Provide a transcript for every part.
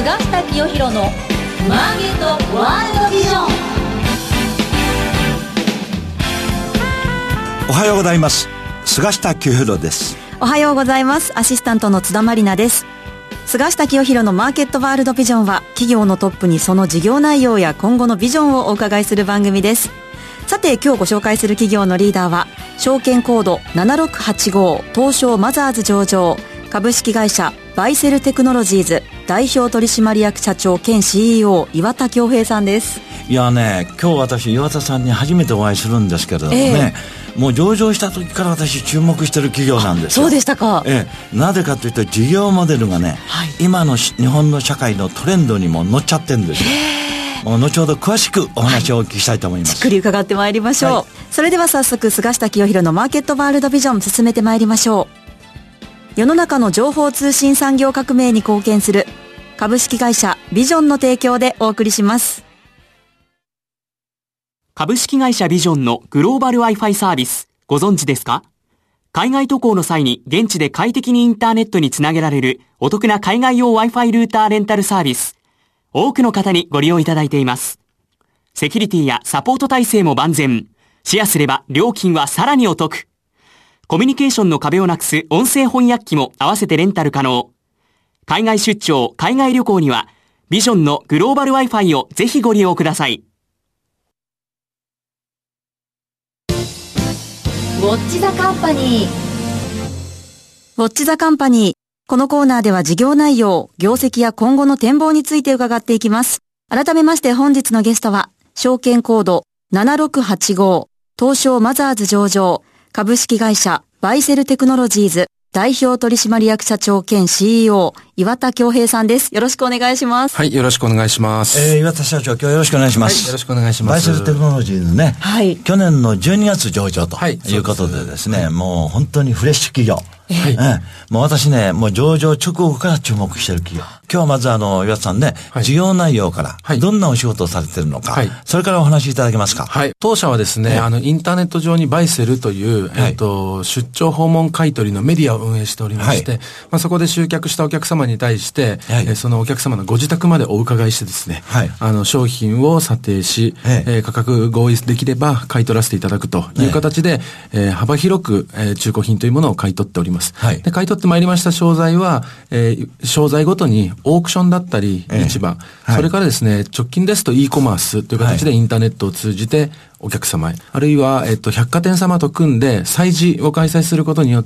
菅下清弘のマーケットワールドビジョン。 おはようございます。菅下清弘です。 おはようございます。アシスタントの津田まりなです。菅下清弘のマーケットワールドビジョンは、企業のトップにその事業内容や今後のビジョンをお伺いする番組です。さて、今日ご紹介する企業のリーダーは、証券コード7685東証マザーズ上場株式会社バイセルテクノロジーズ代表取締役社長兼 CEO 岩田恭平さんです。 いやね、今日私岩田さんに初めてお会いするんですけれどもね、もう上場した時から私注目してる企業なんですよ。 そうでしたか。 なぜかというと事業モデルがね、今の日本の社会のトレンドにも乗っちゃってるんですよ。もう後ほど詳しくお話をお聞きしたいと思います。 じっくり伺ってまいりましょう。それでは早速菅下清弘のマーケットワールドビジョン進めてまいりましょう。世の中の情報通信産業革命に貢献する株式会社ビジョンの提供でお送りします。 株式会社ビジョンのグローバル Wi-Fi サービス、ご存知ですか？海外渡航の際に現地で快適にインターネットにつなげられるお得な海外用 Wi-Fi ルーターレンタルサービス。多くの方にご利用いただいています。セキュリティやサポート体制も万全。シェアすれば料金はさらにお得。コミュニケーションの壁をなくす音声翻訳機も合わせてレンタル可能。海外出張、海外旅行にはビジョンのグローバル Wi-Fi をぜひご利用ください。 ウォッチザカンパニー。 ウォッチザカンパニー。このコーナーでは事業内容、業績や今後の展望について伺っていきます。改めまして本日のゲストは、証券コード7685東証マザーズ上場株式会社バイセルテクノロジーズ代表取締役社長兼 CEO 岩田恭平さんです。よろしくお願いします。 はい、よろしくお願いします。 岩田社長、今日よろしくお願いします。 よろしくお願いします。 バイセルテクノロジーズね、去年の12月上場ということでですね、もう本当にフレッシュ企業。もう私ね、もう上場直後から注目してる企業。今日はまず岩田さんね、事業内容からどんなお仕事をされてるのか、それからお話しいただけますか。 当社はですね、インターネット上にバイセルという、出張訪問買取のメディアを運営しておりまして、そこで集客したお客様に対して、そのお客様のご自宅までお伺いしてですね、商品を査定し、価格合意できれば買い取らせていただくという形で、幅広く、中古品というものを買い取っております。で、買い取ってまいりました商材は、商材ごとにオークションだったり、市場、それからですね、直近ですと e コマースという形でインターネットを通じてお客様へ、あるいは、百貨店様と組んで催事を開催することによって、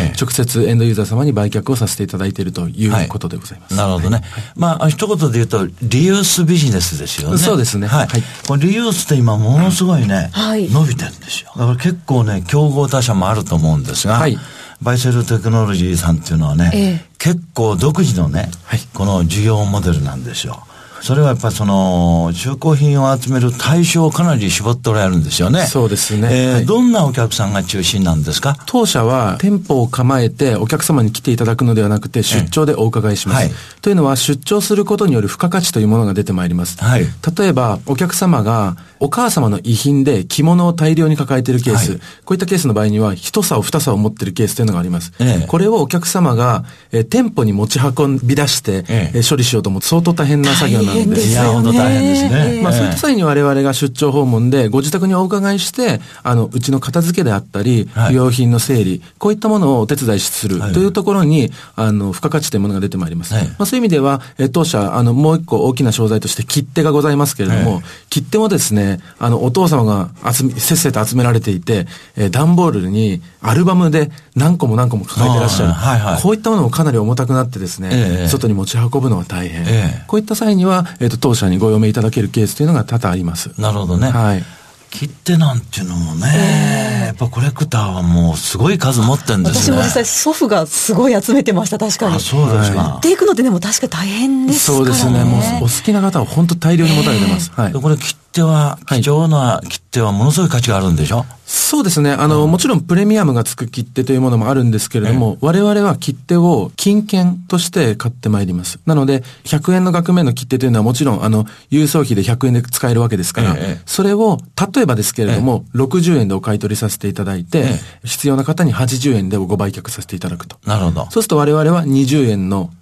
直接エンドユーザー様に売却をさせていただいているということでございます。 なるほどね。一言で言うと、リユースビジネスですよね。 そうですね。 これリユースって今ものすごいね、伸びてるんですよ。だから結構ね、競合他社もあると思うんですが、バイセルテクノロジーさんっていうのはね、結構独自のね、この事業モデルなんですよ。それはやっぱりその中古品を集める対象をかなり絞っておられるんですよね。 そうですね。 どんなお客さんが中心なんですか？ 当社は店舗を構えてお客様に来ていただくのではなくて出張でお伺いします。というのは出張することによる付加価値というものが出てまいります。例えばお客様がお母様の遺品で着物を大量に抱えているケース、こういったケースの場合には一竿二竿を持っているケースというのがあります。これをお客様が店舗に持ち運び出して処理しようと思うと相当大変な作業なんです。 いや、本当大変ですね。 そういった際に我々が出張訪問でご自宅にお伺いして、うちの片付けであったり、不用品の整理、こういったものをお手伝いするというところに、付加価値というものが出てまいります。そういう意味では、当社、もう一個大きな商材として切手がございますけれども、切手もですね、お父様がせっせと集められていて、段ボールにアルバムで何個も何個も抱えていらっしゃる。こういったものもかなり重たくなってですね、外に持ち運ぶのは大変。こういった際には、当社にご用命いただけるケースというのが多々あります。 なるほどね。切手なんていうのもね、やっぱコレクターはもうすごい数持ってるんですね。 私も実際祖父がすごい集めてました。確かに。 そうですか。 持っていくのってでも確か大変ですからね。 そうですね。もうお好きな方は本当大量に持たれてます。 これ切手は、貴重な切手はものすごい価値があるんでしょ？ そうですね。もちろんプレミアムがつく切手というものもあるんですけれども、我々は切手を金券として買ってまいります。なので、100円の額面の切手というのはもちろん、郵送費で100円で使えるわけですから、それを、例えばですけれども、60円でお買い取りさせていただいて、必要な方に80円でご売却させていただくと。 なるほど。 そうすると我々は20円の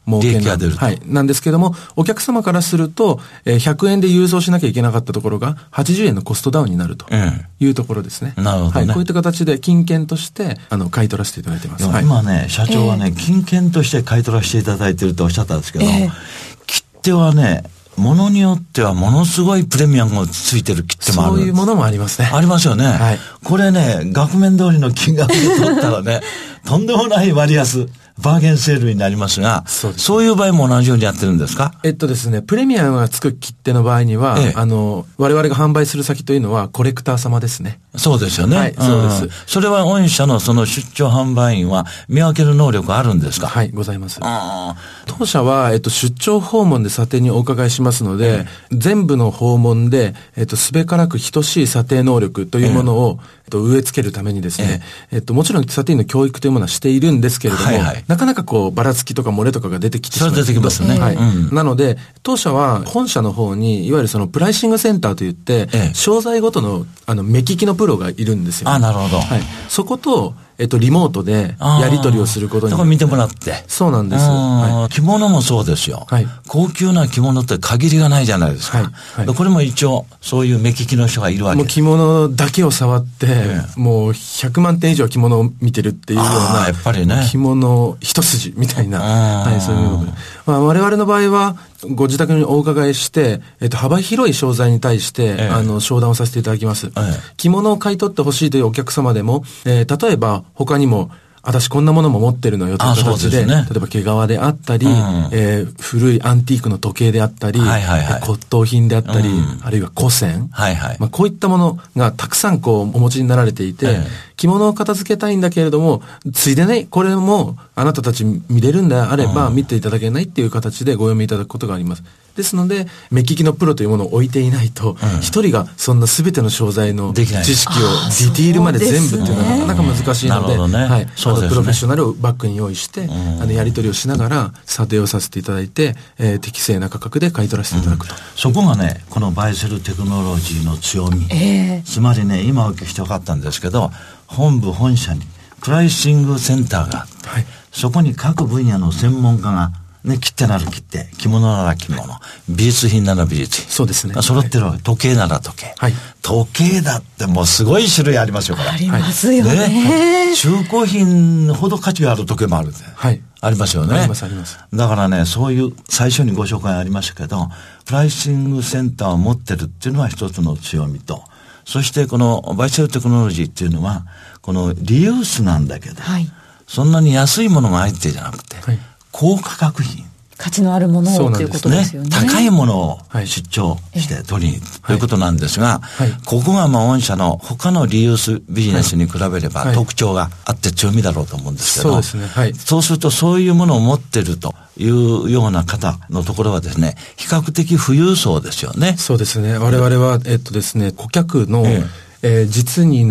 利益が出ると。 はい。なんですけども、お客様からすると、100円で郵送しなきゃいけなかったところが、80円のコストダウンになるというところですね。 なるほどね。 はい。こういった形で、金券として、買い取らせていただいてます。 今ね、社長はね、金券として買い取らせていただいているとおっしゃったんですけど、切手はね、ものによってはものすごいプレミアムがついてる切手もある。 そういうものもありますね。 ありますよね。 はい。 これね、額面通りの金額で取ったらね、とんでもない割安。バーゲンセールになりますが、そういう場合も同じようにやってるんですか？ ですね、プレミアムがつく切手の場合には、我々が販売する先というのはコレクター様ですね。 そうですよね。 はい、そうです。 それは御社のその出張販売員は見分ける能力あるんですか？ はい、ございます。当社は、出張訪問で査定にお伺いしますので、全部の訪問で、すべからく等しい査定能力というものを、植え付けるためにですね、もちろん査定員の教育というものはしているんですけれども、なかなかばらつきとか漏れとかが出てきてしまう。 それ出てきますね。 はい。なので、当社は本社の方に、いわゆるそのプライシングセンターといって、商材ごとの、目利きのプロがいるんですよ。 なるほど。 はい。そこと、リモートでやり取りをすることに。 だから見てもらって。 そうなんです。 はい、着物もそうですよ。はい。高級な着物って限りがないじゃないですか。はい。はい、これも一応、そういう目利きの人がいるわけです。 もう着物だけを触って、もう100万点以上着物を見てるっていうような、 やっぱりね。 着物一筋みたいな。はい、そういうので。我々の場合は、ご自宅にお伺いして、幅広い商材に対して、商談をさせていただきます。着物を買い取ってほしいというお客様でも、例えば、他にも、私こんなものも持ってるのよという形で、例えば毛皮であったり、古いアンティークの時計であったり、骨董品であったり、あるいは古銭、こういったものがたくさんお持ちになられていて、着物を片付けたいんだけれども、ついでね、これもあなたたち見れるんであれば見ていただけないっていう形でご読みいただくことがあります。ですので、目利きのプロというものを置いていないと、一人がそんな全ての商材の知識をディティールまで全部っていうのはなかなか難しいので、はい、プロフェッショナルをバックに用意して、やり取りをしながら査定をさせていただいて、適正な価格で買い取らせていただくと。 そこがね、このバイセルテクノロジーの強み。つまりね、今お聞きしてよかったんですけど、本社にプライシングセンターがあって、そこに各分野の専門家がね、切手なら切手、着物なら着物、美術品なら美術品。 そうですね。 揃ってるわけ。時計なら時計。はい。時計だってもうすごい種類ありますよ、これ。 ありますよね。 中古品ほど価値がある時計もあるんで。 はい。 ありますよね。 あります、あります。 だからね、そういう、最初にご紹介ありましたけど、プライシングセンターを持ってるっていうのは一つの強みと、そしてこのバイセルテクノロジーっていうのは、このリユースなんだけど、そんなに安いものが相手じゃなくて、高価格品。 価値のあるものをということですよね。 高いものを出張して取りに行くということなんですが、ここが御社の他のリユースビジネスに比べれば特徴があって強みだろうと思うんですけど、 そうですね。はい。 そうするとそういうものを持っているというような方のところはですね、比較的富裕層ですよね。 そうですね。我々は、ですね、顧客の、実に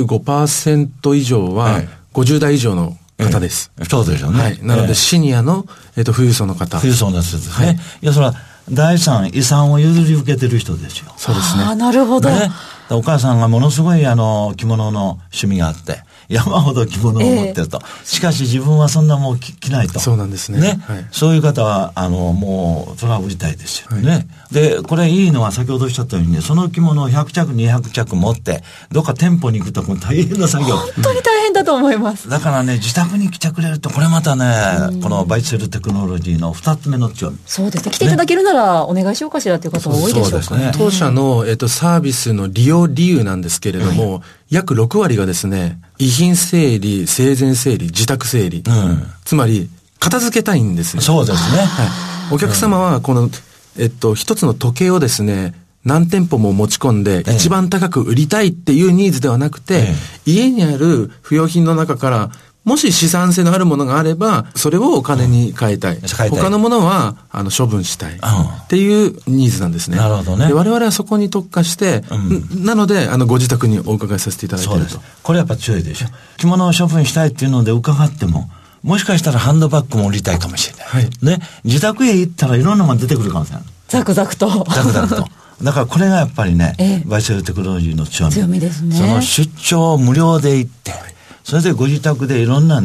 75% 以上は50代以上の方です。 そうですよね。 はい。なので、シニアの、富裕層の方。 富裕層の人ですね。いや、それは、財産、遺産を譲り受けてる人ですよ。 そうですね。 ああ、なるほど。 お母さんがものすごい、着物の趣味があって、山ほど着物を持ってると。しかし自分はそんなもう着ないと。 そうなんですね。 ね。そういう方は、もう、それは売りたいですよね。で、これいいのは先ほどおっしゃったようにね、その着物を100着、200着持って、どっか店舗に行くと大変な作業。 本当に大変だと思います。 だからね、自宅に来てくれると、これまたね、このバイセルテクノロジーの2つ目の強み。 そうですね。来ていただけるならお願いしようかしらという方が多いでしょうかね。そうですね。 当社の、サービスの利用理由なんですけれども、約6割がですね、遺品整理、生前整理、自宅整理。つまり、片付けたいんですね。 そうですね。 お客様は、この、一つの時計をですね、何店舗も持ち込んで、一番高く売りたいっていうニーズではなくて、家にある不要品の中から、もし資産性のあるものがあれば、それをお金に変えたい。他のものは、処分したい。っていうニーズなんですね。 なるほどね。 で我々はそこに特化して、なので、ご自宅にお伺いさせていただいていると。 そうです。これやっぱ強いでしょ。着物を処分したいっていうので伺っても、もしかしたらハンドバッグも売りたいかもしれない。ね。自宅へ行ったらいろんなものが出てくるかもしれない。 ザクザクと。 ザクザクと。だからこれがやっぱりね、バイセルテクノロジーの強み。 強みですね。 その出張無料で行って、それでご自宅でいろんなね、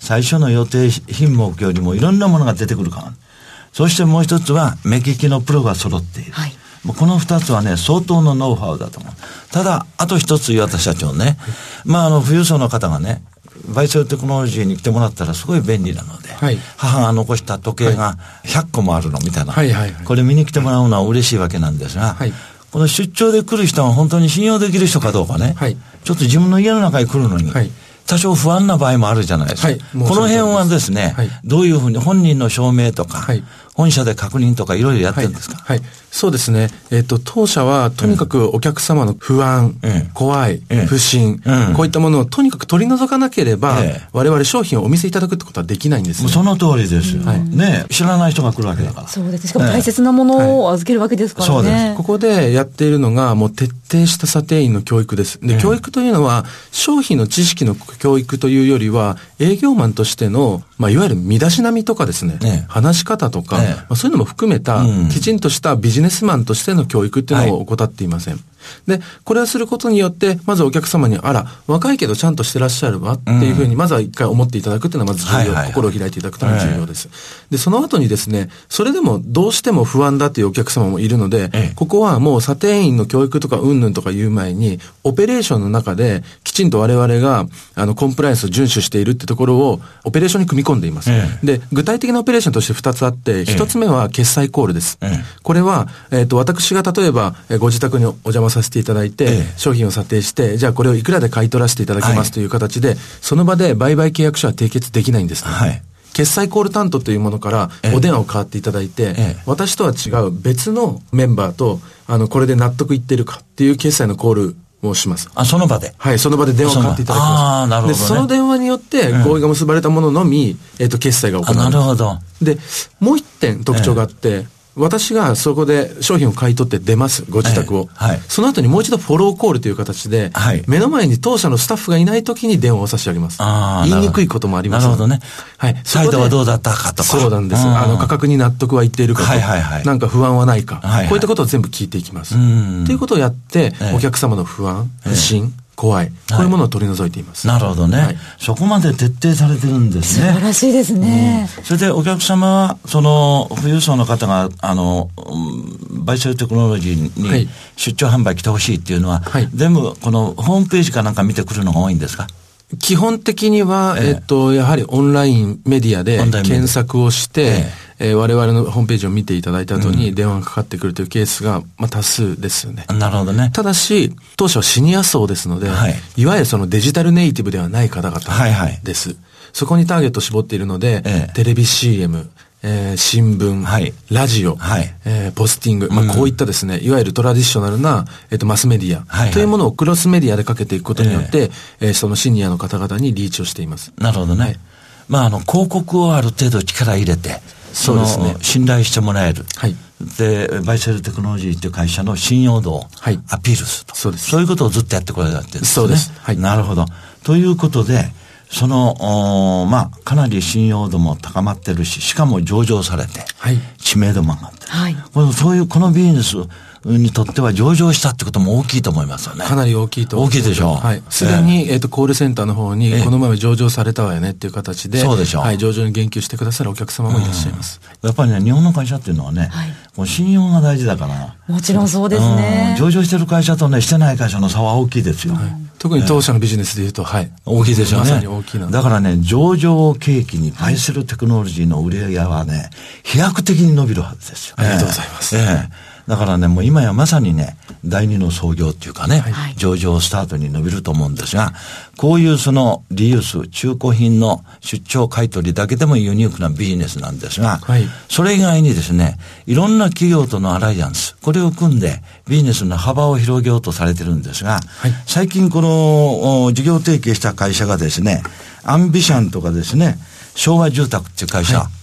最初の予定品目よりもいろんなものが出てくるから。そしてもう一つは目利きのプロが揃っている。はい、もうこの二つはね、相当のノウハウだと思う。ただ、あと一つ岩田社長ね、富裕層の方がね、バイセルテクノロジーに来てもらったらすごい便利なので、はい、母が残した時計が100個もあるのみたいな、はいはいはい、これ見に来てもらうのは嬉しいわけなんですが、はい、この出張で来る人が本当に信用できる人かどうかね、はい、ちょっと自分の家の中に来るのに、はい、多少不安な場合もあるじゃないですか。はい、この辺はですね、はい、どういうふうに本人の証明とか、はい、本社で確認とかいろいろやってるんですか？ はい、はい、そうですね。当社はとにかくお客様の不安、怖い、不信、こういったものをとにかく取り除かなければ、我々商品をお見せいただくってことはできないんですね。 その通りですよ。はい、ね、知らない人が来るわけだから。 そうです。しかも大切なものを預けるわけですからね。そうです。 ここでやっているのがもう徹底した査定員の教育です。で、教育というのは商品の知識の教育というよりは営業マンとしてのいわゆる身だしなみとかですね、話し方とか、そういうのも含めた、きちんとしたビジネスマンとしての教育っていうのを怠っていません。で、これをすることによって、まずお客様に、あら、若いけどちゃんとしてらっしゃるわっていうふうに、まずは一回思っていただくっていうのはまず重要、心を開いていただくというのが重要です。で、その後にですね、それでもどうしても不安だっていうお客様もいるので、ここはもう査定員の教育とか云々とか言う前に、オペレーションの中で、きちんと我々が、コンプライアンスを遵守しているってところを、オペレーションに組み込んでいます。で、具体的なオペレーションとして2つあって、1つ目は決済コールです。これは、私が例えば、ご自宅にお邪魔させていただいて、商品を査定して、じゃあこれをいくらで買い取らせていただきますという形で、その場で売買契約書は締結できないんですね。はい、決済コール担当というものからお電話を代わっていただいて、私とは違う別のメンバーと、これで納得いってるかっていう決済のコールをします。 その場で？ はい、その場で電話を代わっていただきます。なるほどね。で、その電話によって合意が結ばれたもののみ、決済が行われます。 なるほど。 で、もう一点特徴があって、私がそこで商品を買い取って出ます、ご自宅を。はい、その後にもう一度フォローコールという形で、はい、目の前に当社のスタッフがいない時に電話を差し上げます。言いにくいこともあります。 なるほどね。 はい。 サイトはどうだったかとか。 そうなんです。価格に納得はいっているかとか、なんか不安はないか、こういったことを全部聞いていきます。ということをやって、お客様の不安、不信、怖い、こういうものを取り除いています。 なるほどね、はい。そこまで徹底されてるんですね。 素晴らしいですね。 それでお客様は、富裕層の方が、バイセルテクノロジーに出張販売来てほしいっていうのは、はい、全部このホームページかなんか見てくるのが多いんですか？ 基本的には、やはりオンラインメディアで検索をして、我々のホームページを見ていただいた後に電話がかかってくるというケースが、多数ですよね。 なるほどね。 ただし、当社はシニア層ですので、はい、いわゆるそのデジタルネイティブではない方々です。はいはい、そこにターゲットを絞っているので、テレビ CM、新聞、はい、ラジオ、はい、ポスティング、こういったですね、いわゆるトラディショナルな、マスメディア、というものをクロスメディアでかけていくことによって、そのシニアの方々にリーチをしています。 なるほどね。はい、広告をある程度力入れて、そうですね。信頼してもらえる。はい。で、バイセルテクノロジーという会社の信用度をアピールすると。そうです。そういうことをずっとやってこられたってんですね。そうです。はい。なるほど。ということで、かなり信用度も高まってるし、しかも上場されて、はい、知名度も上がってる。はい。このビジネスにとっては上場したってことも大きいと思いますよね。 かなり大きいと思います。 大きいでしょう。 はい。すでに、コールセンターの方に、この前上場されたわよねっていう形で、そうでしょう。はい、上場に言及してくださるお客様もいらっしゃいます。 やっぱりね、日本の会社っていうのはね、もう信用が大事だから。 もちろんそうですね。 上場してる会社とね、してない会社の差は大きいですよ。 特に当社のビジネスでいうと、 大きいでしょうね。 まさに大きいな。 だからね、上場契機にバイセルテクノロジーの売り上げはね、飛躍的に伸びるはずですよ。 ありがとうございます。 だからね、もう今やまさにね、第二の創業っていうかね、上場スタートに伸びると思うんですが、こういうリユース、中古品の出張買取だけでもユニークなビジネスなんですが、それ以外にですね、いろんな企業とのアライアンス、これを組んでビジネスの幅を広げようとされてるんですが、最近この事業提携した会社がですね、アンビシャンとかですね、昭和住宅っていう会社、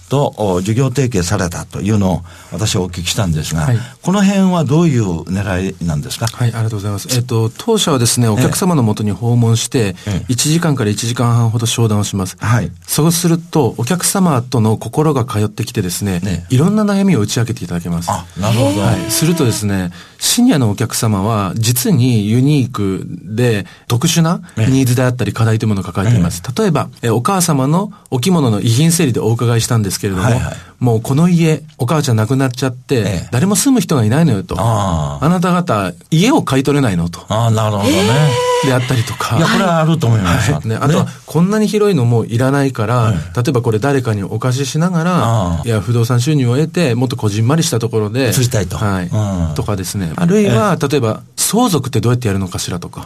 と事業提携されたというのを私はお聞きしたんですが、この辺はどういう狙いなんですか？ はい、ありがとうございます。当社はですね、お客様のもとに訪問して、1時間から1時間半ほど商談をします。そうすると、お客様との心が通ってきてですね、いろんな悩みを打ち明けていただけます。 なるほど。 するとですね、シニアのお客様は実にユニークで特殊なニーズであったり課題というものを抱えています。例えば、お母様のお着物の遺品整理でお伺いしたんですけれども、もうこの家、お母ちゃん亡くなっちゃって、誰も住む人がいないのよと。あなた方、家を買い取れないのと。 なるほどね。 であったりとか。 いや、これはあると思います。 あとは、こんなに広いのもいらないから、例えばこれ誰かにお貸ししながら、いや、不動産収入を得て、もっとこじんまりしたところで。 移りたいと。 とかですね。あるいは、例えば、相続ってどうやってやるのかしらとか。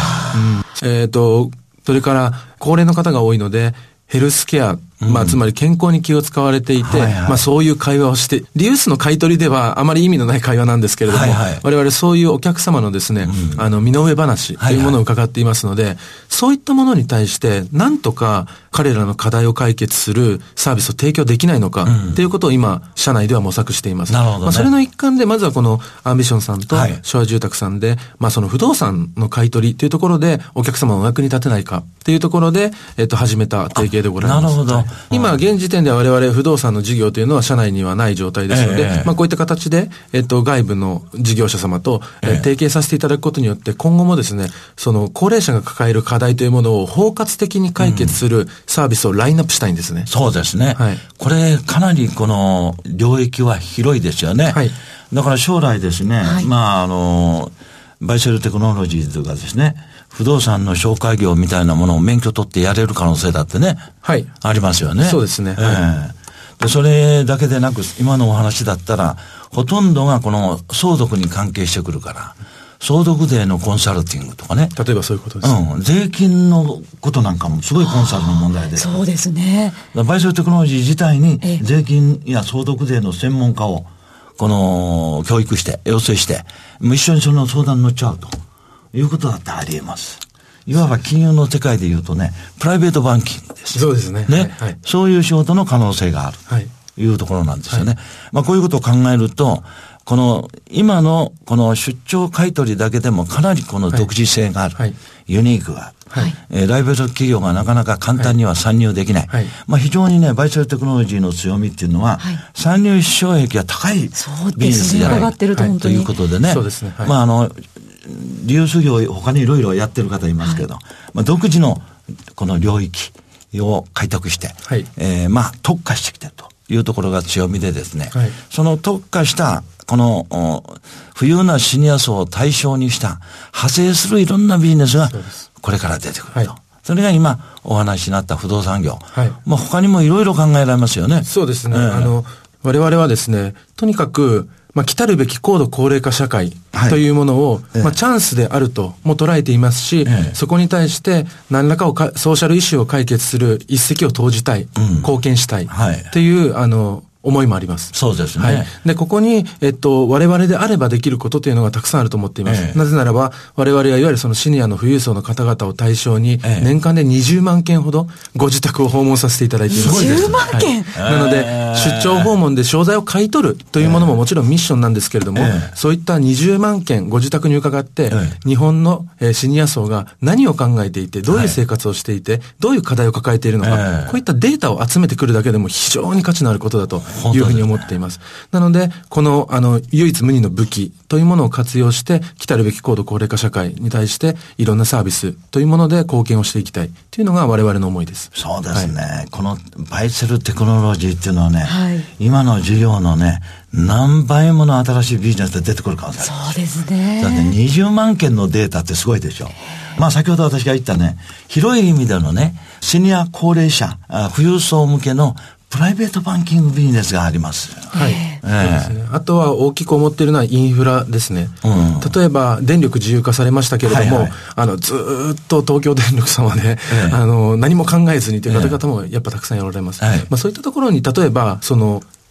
それから、高齢の方が多いので、ヘルスケア、つまり健康に気を使われていて、そういう会話をして、リユースの買い取りではあまり意味のない会話なんですけれども、我々そういうお客様のですね、身の上話というものを伺っていますので、そういったものに対して、なんとか彼らの課題を解決するサービスを提供できないのか、ということを今、社内では模索しています。 なるほどね。 それの一環で、まずはこのアンビションさんと昭和住宅さんで、その不動産の買い取りというところで、お客様のお役に立てないか、というところで、始めた提携でございます。 なるほど。 今、現時点では我々不動産の事業というのは社内にはない状態ですので、こういった形で、外部の事業者様と、提携させていただくことによって、今後もですね、その高齢者が抱える課題というものを包括的に解決するサービスをラインナップしたいんですね。 そうですね。これ、かなりこの領域は広いですよね。だから将来ですね、バイセルテクノロジーズがですね、不動産の紹介業みたいなものを免許取ってやれる可能性だってね、ありますよね。 そうですね。 でそれだけでなく、今のお話だったら、ほとんどがこの相続に関係してくるから、相続税のコンサルティングとかね。 例えばそういうことです。 税金のことなんかもすごいコンサルの問題で。 そうですね。 バイセルテクノロジー自体に税金や相続税の専門家を、教育して、養成して、一緒にその相談に乗っちゃうということだってあり得ます。いわば金融の世界で言うとね、プライベートバンキングです。 そうですね。 そういう仕事の可能性があるというところなんですよね。こういうことを考えると、今の出張買い取りだけでもかなり独自性がある。ユニークがある。ライバル企業がなかなか簡単には参入できない。非常にね、バイセルテクノロジーの強みっていうのは、参入障壁が高いビジネスじゃないということでね。リユース業他にいろいろやってる方いますけど、独自のこの領域を開拓して、特化してきてるというところが強みでですね、その特化したこの富裕なシニア層を対象にした派生するいろんなビジネスがこれから出てくると。それが今お話になった不動産業。他にもいろいろ考えられますよね。 そうですね。我々はですね、とにかく来たるべき高度高齢化社会というものを、チャンスであるとも捉えていますし、そこに対して何らかをソーシャルイシューを解決する一石を投じたい、貢献したいという思いもあります。 そうですね。 で、ここに、我々であればできることというのがたくさんあると思っています。なぜならば、我々はいわゆるそのシニアの富裕層の方々を対象に、年間で20万件ほどご自宅を訪問させていただいています。 20万件、 なので、出張訪問で商材を買い取るというものももちろんミッションなんですけれども、そういった20万件ご自宅に伺って、日本のシニア層が何を考えていて、どういう生活をしていて、どういう課題を抱えているのか、こういったデータを集めてくるだけでも非常に価値のあることだというふうに思っています。なので、この、唯一無二の武器というものを活用して、来たるべき高度高齢化社会に対して、いろんなサービスというもので貢献をしていきたいというのが我々の思いです。 そうですね。このバイセルテクノロジーっていうのはね、今の事業のね、何倍もの新しいビジネスで出てくる可能性ある。 そうですね。 だって20万件のデータってすごいでしょ。先ほど私が言ったね、広い意味でのね、シニア高齢者、富裕層向けのプライベートバンキングビジネスがあります。 そうですね。あとは大きく思っているのはインフラですね。例えば電力自由化されましたけれども、ずーっと東京電力様で、何も考えずにという方々もやっぱたくさんおられます。そういったところに例えば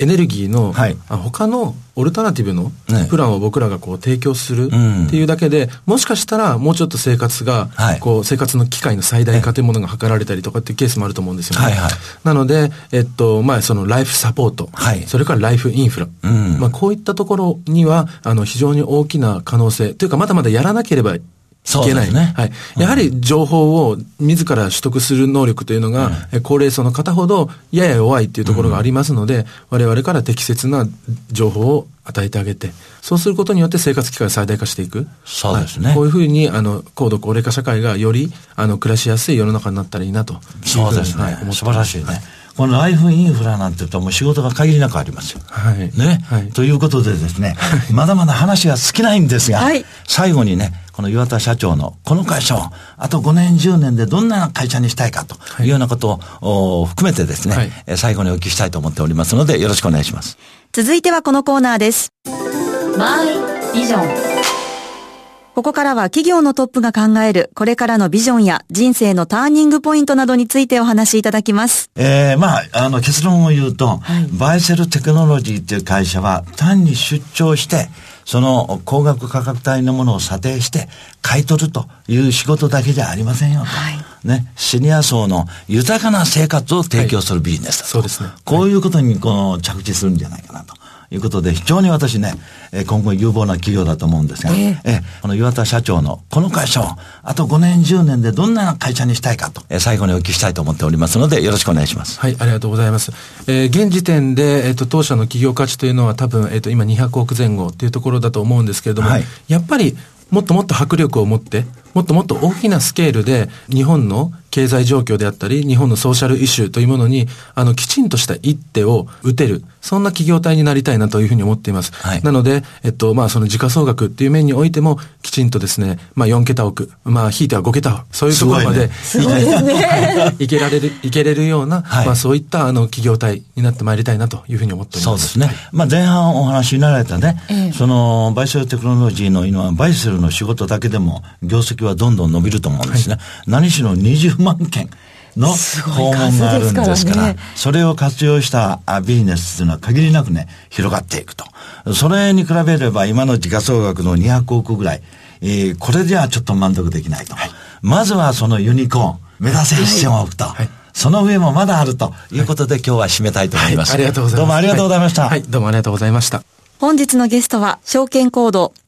エネルギーの、他のオルタナティブのプランを僕らがこう提供するっていうだけで、もしかしたらもうちょっと生活が、生活の機会の最大化というものが図られたりとかっていうケースもあると思うんですよね。なので、そのライフサポート、それからライフインフラ、こういったところには、非常に大きな可能性、というかまだまだやらなければいけない。やはり情報を自ら取得する能力というのが、高齢層の方ほどやや弱いっていうところがありますので、我々から適切な情報を与えてあげて、そうすることによって生活機会を最大化していく。 そうですね。 こういうふうに、高度高齢化社会がより、暮らしやすい世の中になったらいいなと。 そうですね。素晴らしいね。このライフインフラなんて言うともう仕事が限りなくありますよ。ということでですね、まだまだ話が尽きないんですが、最後にね、この岩田社長のこの会社をあと5年10年でどんな会社にしたいかというようなことを含めてですね、最後にお聞きしたいと思っておりますのでよろしくお願いします。 続いてはこのコーナーです。 マイビジョン。 ここからは企業のトップが考えるこれからのビジョンや人生のターニングポイントなどについてお話しいただきます。 結論を言うと、バイセルテクノロジーという会社は単に出張してその高額価格帯のものを査定して買い取るという仕事だけじゃありませんよと、シニア層の豊かな生活を提供するビジネスだと、 そうですね。 こういうことに着地するんじゃないかなということで、非常に私ね、今後有望な企業だと思うんですが、この岩田社長のこの会社をあと5年10年でどんな会社にしたいかと、最後にお聞きしたいと思っておりますのでよろしくお願いします。 はい、ありがとうございます。現時点で、当社の企業価値というのは多分、今200億前後というところだと思うんですけれども、やっぱりもっともっと迫力を持って、もっともっと大きなスケールで日本の経済状況であったり、日本のソーシャルイシューというものに、きちんとした一手を打てる、そんな企業体になりたいなというふうに思っています。なので、その時価総額っていう面においても、きちんとですね、4桁億、ひいては5桁億、そういうところまで、いけれるような、そういった企業体になってまいりたいなというふうに思っております。 そうですね。前半お話になられたね、その、バイセルテクノロジーの今、バイセルの仕事だけでも、業績はどんどん伸びると思うんですね。何しろ20万件の訪問があるんですから、それを活用したビジネスというのは限りなくね、広がっていくと。それに比べれば今の時価総額の200億ぐらい、これではちょっと満足できないと。まずはそのユニコーン、目指せ1000億と。その上もまだあるということで、今日は締めたいと思います。 ありがとうございます。 どうもありがとうございました。 どうもありがとうございました。 本日のゲストは、証券コード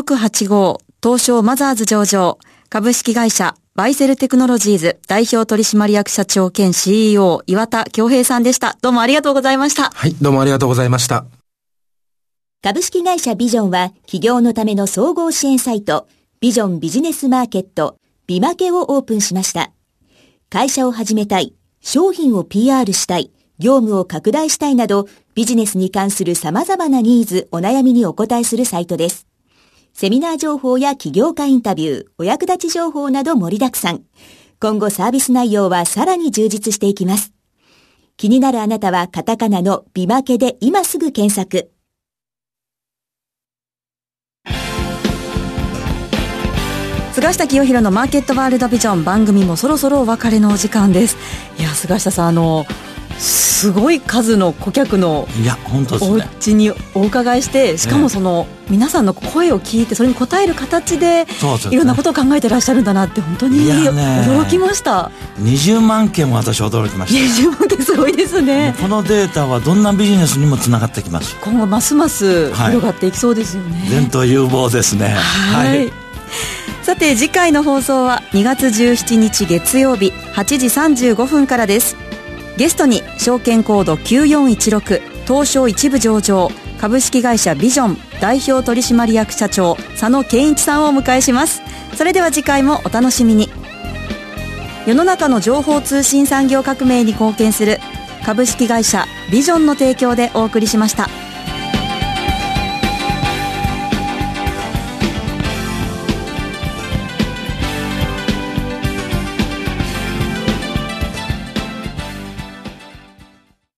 7685東証マザーズ上場株式会社バイセルテクノロジーズ代表取締役社長兼 CEO 岩田恭平さんでした。どうもありがとうございました。 どうもありがとうございました。 株式会社ビジョンは企業のための総合支援サイトビジョンビジネスマーケットビマケをオープンしました。会社を始めたい、商品を PR したい、業務を拡大したいなどビジネスに関する様々なニーズ、お悩みにお答えするサイトです。セミナー情報や起業家インタビュー、お役立ち情報など盛りだくさん。今後サービス内容はさらに充実していきます。気になるあなたはカタカナのビマケで今すぐ検索。 菅下清弘のマーケットワールドビジョン、番組もそろそろお別れのお時間です。いや、菅下さん、すごい数の顧客のお家にお伺いして、しかもその皆さんの声を聞いてそれに応える形でいろんなことを考えてらっしゃるんだなって本当に驚きました。 20万件も私驚きました。 20万件すごいですね。 このデータはどんなビジネスにもつながってきます。 今後ますます広がっていきそうですよね。 前途有望ですね。 さて次回の放送は2月17日月曜日8時35分からです。ゲストに証券コード9416東証一部上場株式会社ビジョン代表取締役社長佐野健一さんをお迎えします。それでは次回もお楽しみに。世の中の情報通信産業革命に貢献する株式会社ビジョンの提供でお送りしました。